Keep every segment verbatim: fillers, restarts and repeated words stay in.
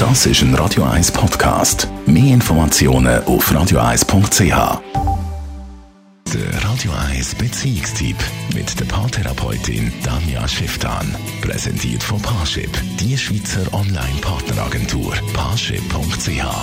Das ist ein Radio eins Podcast. Mehr Informationen auf radio eins punkt c h. Der Radio eins Beziehungstyp mit der Paartherapeutin Danja Schifftan. Präsentiert von Parship, die Schweizer Online-Partneragentur. Parship punkt c h.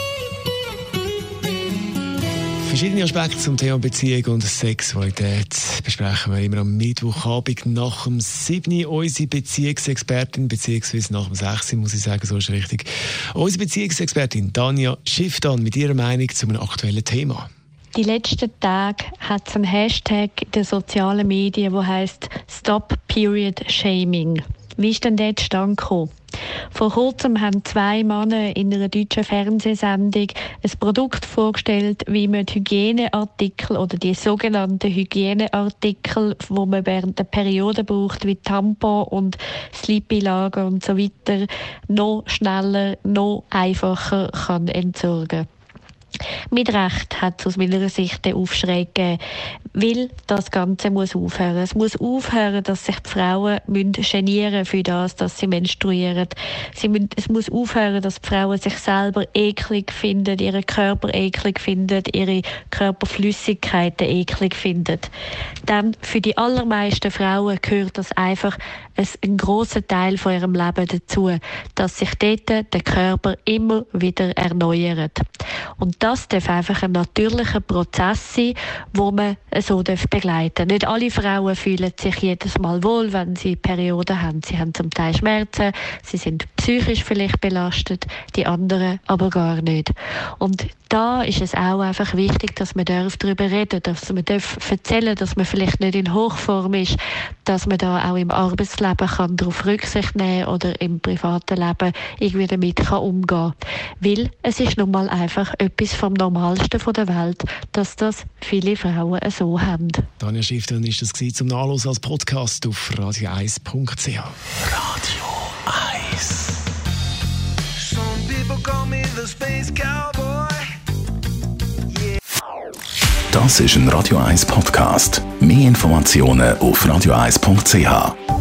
Verschiedene Aspekte zum Thema Beziehung und Sexualität besprechen wir immer am Mittwochabend nach dem sieben. Unsere Beziehungsexpertin, beziehungsweise nach dem sechs, muss ich sagen, so ist richtig. Unsere Beziehungsexpertin Danja Schifftan mit ihrer Meinung zu einem aktuellen Thema. Die letzten Tage hat es einen Hashtag in den sozialen Medien, der heisst Stop Period Shaming. Wie ist denn der zustande gekommen? Vor kurzem haben zwei Männer in einer deutschen Fernsehsendung ein Produkt vorgestellt, wie man die Hygieneartikel oder die sogenannten Hygieneartikel, die man während der Periode braucht, wie Tampon und Sleepy-Lager und so weiter, noch schneller, noch einfacher kann entsorgen kann. Mit Recht hat es aus meiner Sicht den Aufschrei gegeben, weil das Ganze muss aufhören. Es muss aufhören, dass sich die Frauen genieren für das, dass sie menstruieren. Sie müssen, es muss aufhören, dass die Frauen sich selber eklig finden, ihren Körper eklig finden, ihre Körperflüssigkeiten eklig finden. Denn für die allermeisten Frauen gehört das einfach ein, ein grosser Teil von ihrem Leben dazu, dass sich dort der Körper immer wieder erneuert. Und das darf einfach ein natürlicher Prozess sein, den man so begleiten darf. Nicht alle Frauen fühlen sich jedes Mal wohl, wenn sie Perioden haben. Sie haben zum Teil Schmerzen, sie sind psychisch vielleicht belastet, die anderen aber gar nicht. Und da ist es auch einfach wichtig, dass man darüber reden darf, dass man erzählen darf, dass man vielleicht nicht in Hochform ist, dass man da auch im Arbeitsleben kann darauf Rücksicht nehmen oder im privaten Leben irgendwie damit kann umgehen. Weil es ist nun mal einfach etwas vom Normalsten der Welt, dass das viele Frauen so haben. Danja Schifftan ist das zum Nachlesen als Podcast auf radio eins punkt c h. Radio eins. Some people call me the space cowboy. Yeah. Das ist ein Radio eins Podcast. Mehr Informationen auf radio eins punkt c h.